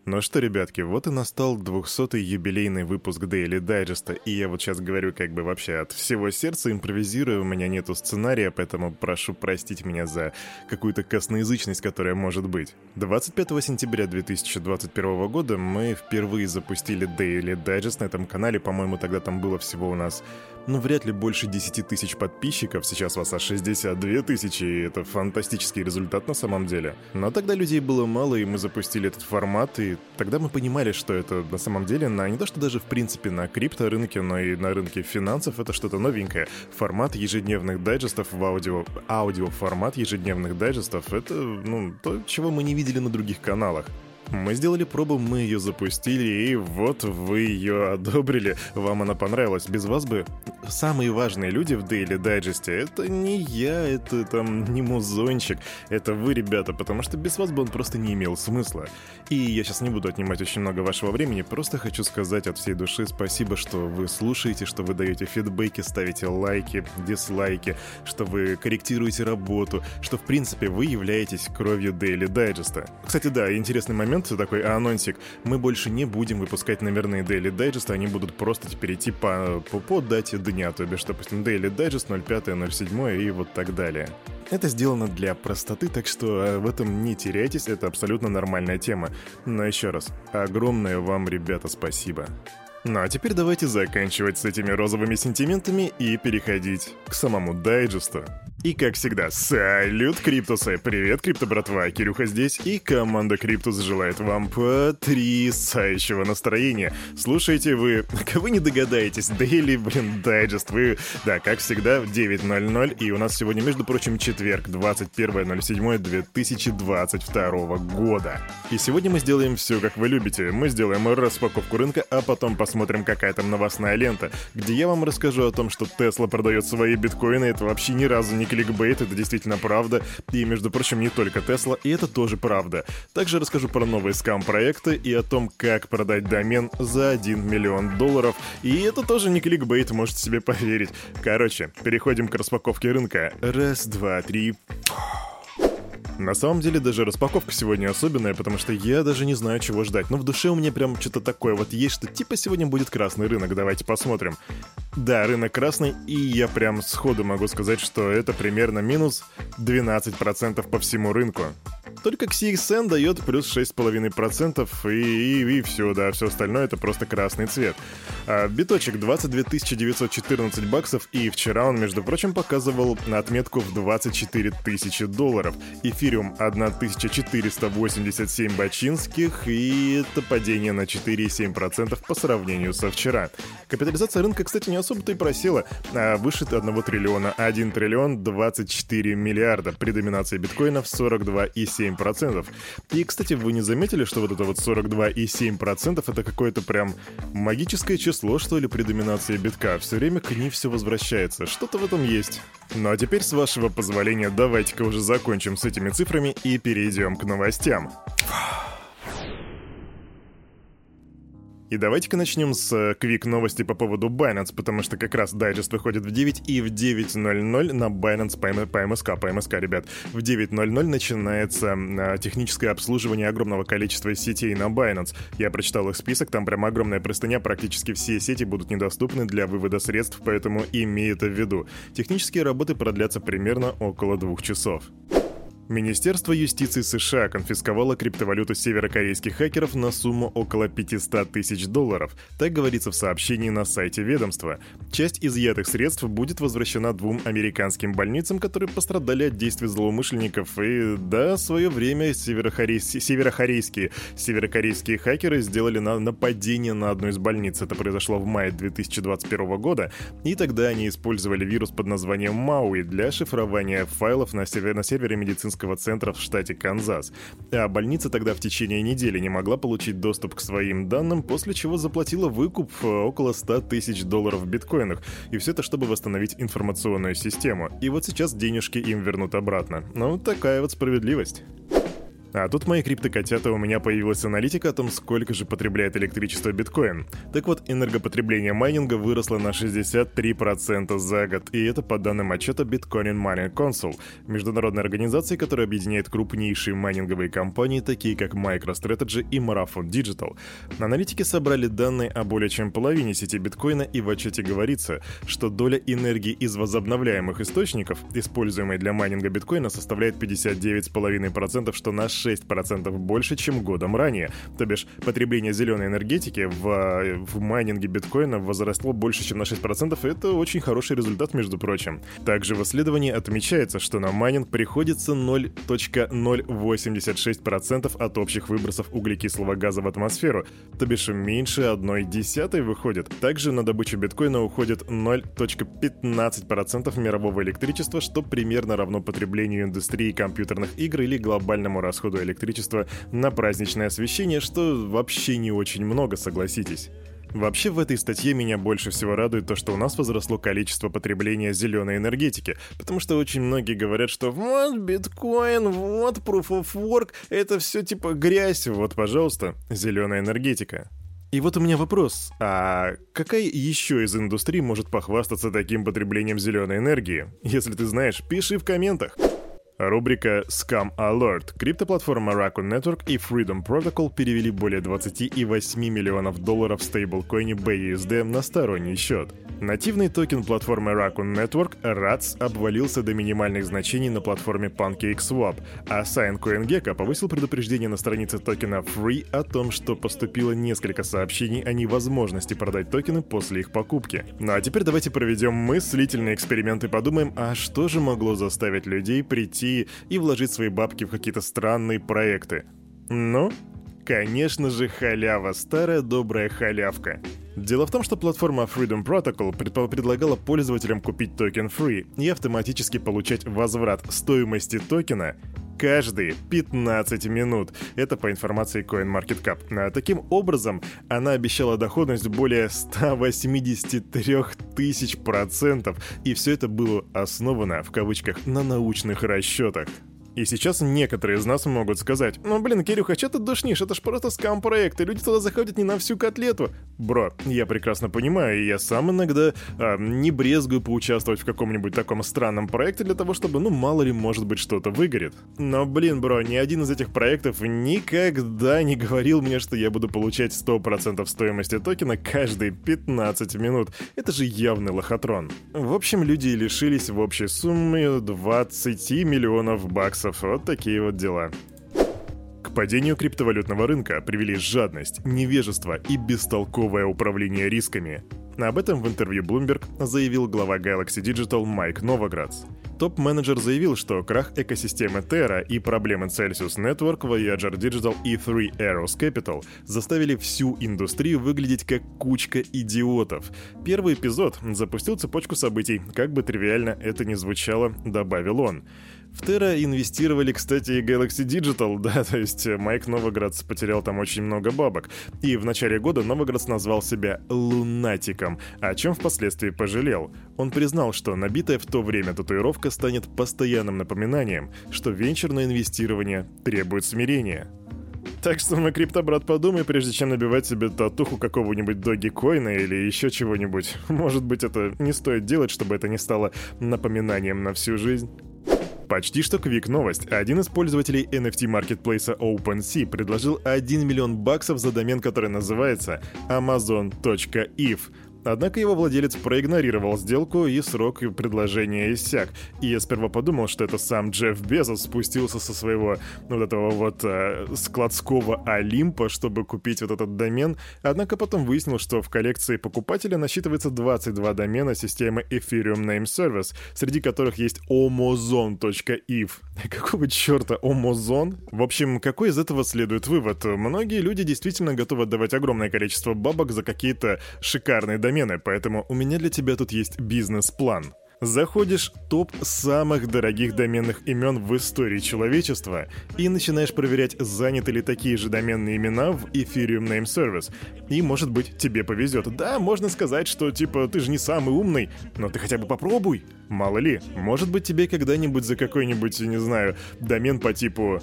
Ну что, ребятки, вот и настал 200-й юбилейный выпуск Daily Digest, и я вот сейчас говорю как бы вообще от всего сердца, импровизирую, у меня нету сценария, поэтому прошу простить меня за какую-то косноязычность, которая может быть. 25 сентября 2021 года мы впервые запустили Daily Digest на этом канале, по-моему, тогда там было всего у нас, вряд ли больше 10 тысяч подписчиков, сейчас вас аж 62 тысячи, и это фантастический результат на самом деле. Но тогда людей было мало, и мы запустили этот формат, и тогда мы понимали, что это на самом деле не то, что даже в принципе на крипторынке, но и на рынке финансов это что-то новенькое. Формат ежедневных дайджестов в аудиоформат ежедневных дайджестов, это, то, чего мы не видели на других каналах. Мы сделали пробу, мы ее запустили, и вот вы ее одобрили, вам она понравилась. Без вас бы самые важные люди в Daily Digest это не я, это там не музончик, это вы, ребята, потому что без вас бы он просто не имел смысла. И я сейчас не буду отнимать очень много вашего времени, просто хочу сказать от всей души спасибо, что вы слушаете, что вы даете фидбэки, ставите лайки, дизлайки, что вы корректируете работу, что в принципе вы являетесь кровью Daily Digest. Кстати, да, интересный момент, такой анонсик. Мы больше не будем выпускать номерные Daily Digest, они будут просто теперь идти по дате дня, то бишь, допустим, Daily Digest 05, 07 и вот так далее. Это сделано для простоты, так что в этом не теряйтесь, это абсолютно нормальная тема. Но еще раз, огромное вам, ребята, спасибо. Ну а теперь давайте заканчивать с этими розовыми сентиментами и переходить к самому дайджесту. И как всегда, салют, Криптусы! Привет, Крипто-братва! Кирюха здесь, и команда Криптус желает вам потрясающего настроения. Слушайте вы не догадаетесь, Daily, Digest, вы, да, как всегда, в 9:00, и у нас сегодня, между прочим, четверг, 21.07.2022 года. И сегодня мы сделаем все, как вы любите. Мы сделаем распаковку рынка, а потом посмотрим, какая там новостная лента, где я вам расскажу о том, что Tesla продает свои биткоины, это вообще ни разу не кликбейт, это действительно правда. И, между прочим, не только Tesla, и это тоже правда. Также расскажу про новые скам-проекты и о том, как продать домен за $1 миллион. И это тоже не кликбейт, можете себе поверить. Короче, переходим к распаковке рынка. Раз, два, три... На самом деле даже распаковка сегодня особенная, потому что я даже не знаю, чего ждать. Но в душе у меня прям что-то такое вот есть, что типа сегодня будет красный рынок, давайте посмотрим. Да, рынок красный, и я прям сходу могу сказать, что это примерно минус 12% по всему рынку. Только XCN дает плюс 6,5%, и все, да, все остальное это просто красный цвет. А биточек 22 914 баксов, и вчера он, между прочим, показывал отметку в $24 тысячи. Эфириум 1487 бачинских, и это падение на 4,7% по сравнению со вчера. Капитализация рынка, кстати, не особо-то и просела, а выше 1 триллиона, 1 триллион 24 миллиарда, при доминации биткоинов 42,7%. И, кстати, вы не заметили, что вот это вот 42,7% это какое-то прям магическое число, что ли, при доминации битка? Все время к ней все возвращается, что-то в этом есть. Ну а теперь, с вашего позволения, давайте-ка уже закончим с этими цифрами и перейдем к новостям. И давайте-ка начнем с квик-новости по поводу Binance, потому что как раз дайджест выходит в 9, и в 9:00 на Binance по МСК, ребят. В 9:00 начинается техническое обслуживание огромного количества сетей на Binance. Я прочитал их список, там прям огромная простыня, практически все сети будут недоступны для вывода средств, поэтому имей это в виду. Технические работы продлятся примерно около 2 часов. Министерство юстиции США конфисковало криптовалюту северокорейских хакеров на сумму около $500 тысяч. Так говорится в сообщении на сайте ведомства. Часть изъятых средств будет возвращена 2 американским больницам, которые пострадали от действий злоумышленников. И да, в свое время северокорейские хакеры сделали нападение на одну из больниц. Это произошло в мае 2021 года. И тогда они использовали вирус под названием Мауи для шифрования файлов на сервере медицинского центра в штате Канзас. А больница тогда в течение недели не могла получить доступ к своим данным, после чего заплатила выкуп около $100 тысяч в биткоинах. И все это, чтобы восстановить информационную систему. И вот сейчас денежки им вернут обратно. Ну, такая вот справедливость. А тут мои криптокотята, у меня появилась аналитика о том, сколько же потребляет электричество биткоин. Так вот, энергопотребление майнинга выросло на 63% за год, и это по данным отчета Bitcoin Mining Council, международной организации, которая объединяет крупнейшие майнинговые компании, такие как MicroStrategy и Marathon Digital. Аналитики собрали данные о более чем половине сети биткоина, и в отчете говорится, что доля энергии из возобновляемых источников, используемой для майнинга биткоина, составляет 59,5%, что на 6% больше, чем годом ранее. То бишь, потребление зеленой энергетики в майнинге биткоина возросло больше, чем на 6%, и это очень хороший результат, между прочим. Также в исследовании отмечается, что на майнинг приходится 0,086% от общих выбросов углекислого газа в атмосферу, то бишь меньше 1/10 выходит. Также на добычу биткоина уходит 0,15% мирового электричества, что примерно равно потреблению индустрии компьютерных игр или глобальному расходу электричества на праздничное освещение, что вообще не очень много, согласитесь. Вообще в этой статье меня больше всего радует то, что у нас возросло количество потребления зеленой энергетики, потому что очень многие говорят, что вот биткоин, вот proof of work, это все типа грязь, вот, пожалуйста, зеленая энергетика. И вот у меня вопрос, а какая еще из индустрий может похвастаться таким потреблением зеленой энергии? Если ты знаешь, пиши в комментах. Рубрика Scam Alert. Криптоплатформа Raccoon Network и Freedom Protocol перевели более 28 миллионов долларов в стейблкоине BUSD на сторонний счет. Нативный токен платформы Raccoon Network RATS обвалился до минимальных значений на платформе PancakeSwap, а сайт CoinGecko повысил предупреждение на странице токена Free о том, что поступило несколько сообщений о невозможности продать токены после их покупки. Ну а теперь давайте проведем мыслительный эксперимент и подумаем, а что же могло заставить людей прийти и вложить свои бабки в какие-то странные проекты. Ну, конечно же, халява, старая добрая халявка. Дело в том, что платформа Freedom Protocol предлагала пользователям купить токен Free и автоматически получать возврат стоимости токена каждые 15 минут. Это по информации CoinMarketCap. Таким образом, она обещала доходность более 183 000%, и все это было основано, в кавычках, на научных расчетах. И сейчас некоторые из нас могут сказать: ну блин, Кирюха, что ты душнишь? Это ж просто скам-проект, и люди туда заходят не на всю котлету. Бро, я прекрасно понимаю, и я сам иногда не брезгую поучаствовать в каком-нибудь таком странном проекте для того, чтобы, ну мало ли, может быть, что-то выгорит. Но блин, бро, ни один из этих проектов никогда не говорил мне, что я буду получать 100% стоимости токена каждые 15 минут. Это же явный лохотрон. В общем, люди лишились в общей сумме 20 миллионов баксов. Вот такие вот дела. К падению криптовалютного рынка привели жадность, невежество и бестолковое управление рисками. Об этом в интервью Bloomberg заявил глава Galaxy Digital Майк Новоградс. Топ-менеджер заявил, что крах экосистемы Terra и проблемы Celsius Network, Voyager Digital и Three Arrows Capital заставили всю индустрию выглядеть как кучка идиотов. Первый эпизод запустил цепочку событий, как бы тривиально это ни звучало, добавил он. В Terra инвестировали, кстати, и Galaxy Digital, да, то есть Майк Новоградс потерял там очень много бабок. И в начале года Новоградс назвал себя лунатиком, о чем впоследствии пожалел. Он признал, что набитая в то время татуировка станет постоянным напоминанием, что венчурное инвестирование требует смирения. Так что, мой криптобрат, подумай, прежде чем набивать себе татуху какого-нибудь Dogecoin или еще чего-нибудь. Может быть, это не стоит делать, чтобы это не стало напоминанием на всю жизнь. Почти что квик-новость. Один из пользователей NFT-маркетплейса OpenSea предложил 1 миллион баксов за домен, который называется amazon.if. Однако его владелец проигнорировал сделку, и срок предложения иссяк. И я сперва подумал, что это сам Джефф Безос спустился со своего вот этого вот складского Олимпа, чтобы купить вот этот домен. Однако потом выяснил, что в коллекции покупателя насчитывается 22 домена системы Ethereum Name Service, среди которых есть omozon.if. Какого черта Omozon? В общем, какой из этого следует вывод? Многие люди действительно готовы отдавать огромное количество бабок за какие-то шикарные домены, поэтому у меня для тебя тут есть бизнес-план. Заходишь в топ самых дорогих доменных имен в истории человечества и начинаешь проверять, заняты ли такие же доменные имена в Ethereum Name Service. И, может быть, тебе повезет. Да, можно сказать, что типа ты же не самый умный, но ты хотя бы попробуй. Мало ли, может быть, тебе когда-нибудь за какой-нибудь, не знаю, домен по типу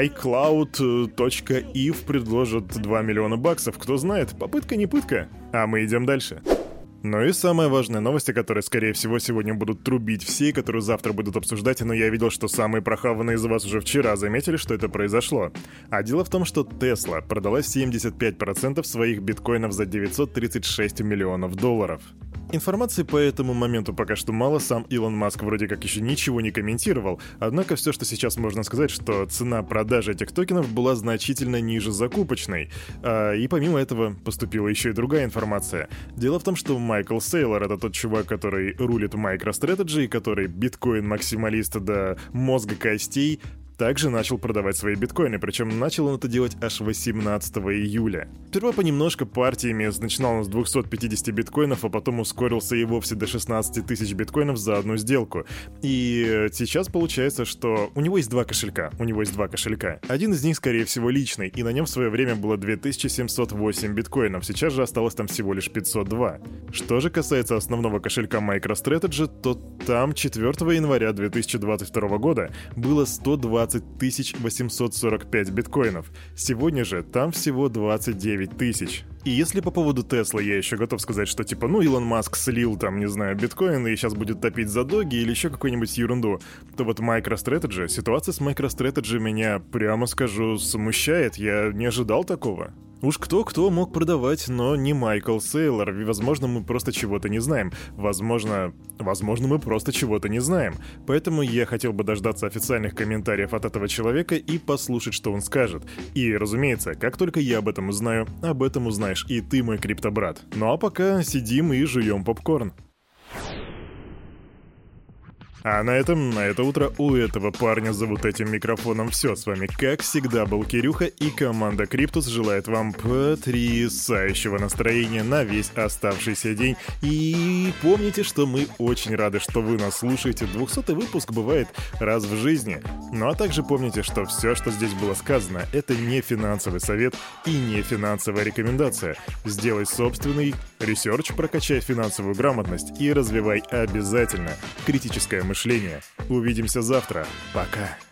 iCloud.eve предложат $2 миллиона, кто знает, попытка не пытка. А мы идем дальше. Ну и самая важная новость, о которой, скорее всего, сегодня будут трубить все, и которую завтра будут обсуждать, но я видел, что самые прохаванные из вас уже вчера заметили, что это произошло. А дело в том, что Tesla продала 75% своих биткоинов за $936 миллионов. Информации по этому моменту пока что мало, сам Илон Маск вроде как еще ничего не комментировал, однако все, что сейчас можно сказать, что цена продажи этих токенов была значительно ниже закупочной. И помимо этого поступила еще и другая информация. Дело в том, что Майкл Сейлор — это тот чувак, который рулит MicroStrategy, который биткоин-максималист до мозга костей, также начал продавать свои биткоины, причем начал он это делать аж 18 июля. Сперва понемножку партиями, начинал он с 250 биткоинов, а потом ускорился и вовсе до 16 тысяч биткоинов за одну сделку. И сейчас получается, что у него есть два кошелька. Один из них, скорее всего, личный, и на нем в свое время было 2708 биткоинов, сейчас же осталось там всего лишь 502. Что же касается основного кошелька MicroStrategy, то там 4 января 2022 года было 120 845 биткоинов. Сегодня же там всего 29 тысяч. И если по поводу Tesla я еще готов сказать, что типа, Илон Маск слил там, не знаю, биткоины и сейчас будет топить за доги или еще какую-нибудь ерунду, то вот MicroStrategy, ситуация с MicroStrategy меня, прямо скажу, смущает. Я не ожидал такого. Уж кто мог продавать, но не Майкл Сейлор. И, возможно, мы просто чего-то не знаем. Возможно, мы просто чего-то не знаем. Поэтому я хотел бы дождаться официальных комментариев от этого человека и послушать, что он скажет. И, разумеется, как только я об этом узнаю, об этом узнаешь и ты, мой криптобрат. Ну а пока сидим и жуем попкорн. А на это утро у этого парня за вот этим микрофоном все. С вами, как всегда, был Кирюха, и команда Криптус желает вам потрясающего настроения на весь оставшийся день. И помните, что мы очень рады, что вы нас слушаете. 200-й выпуск бывает раз в жизни. Ну а также помните, что все, что здесь было сказано, это не финансовый совет и не финансовая рекомендация. Сделай собственный ресерч, прокачай финансовую грамотность и развивай обязательно критическое мышление. Увидимся завтра. Пока.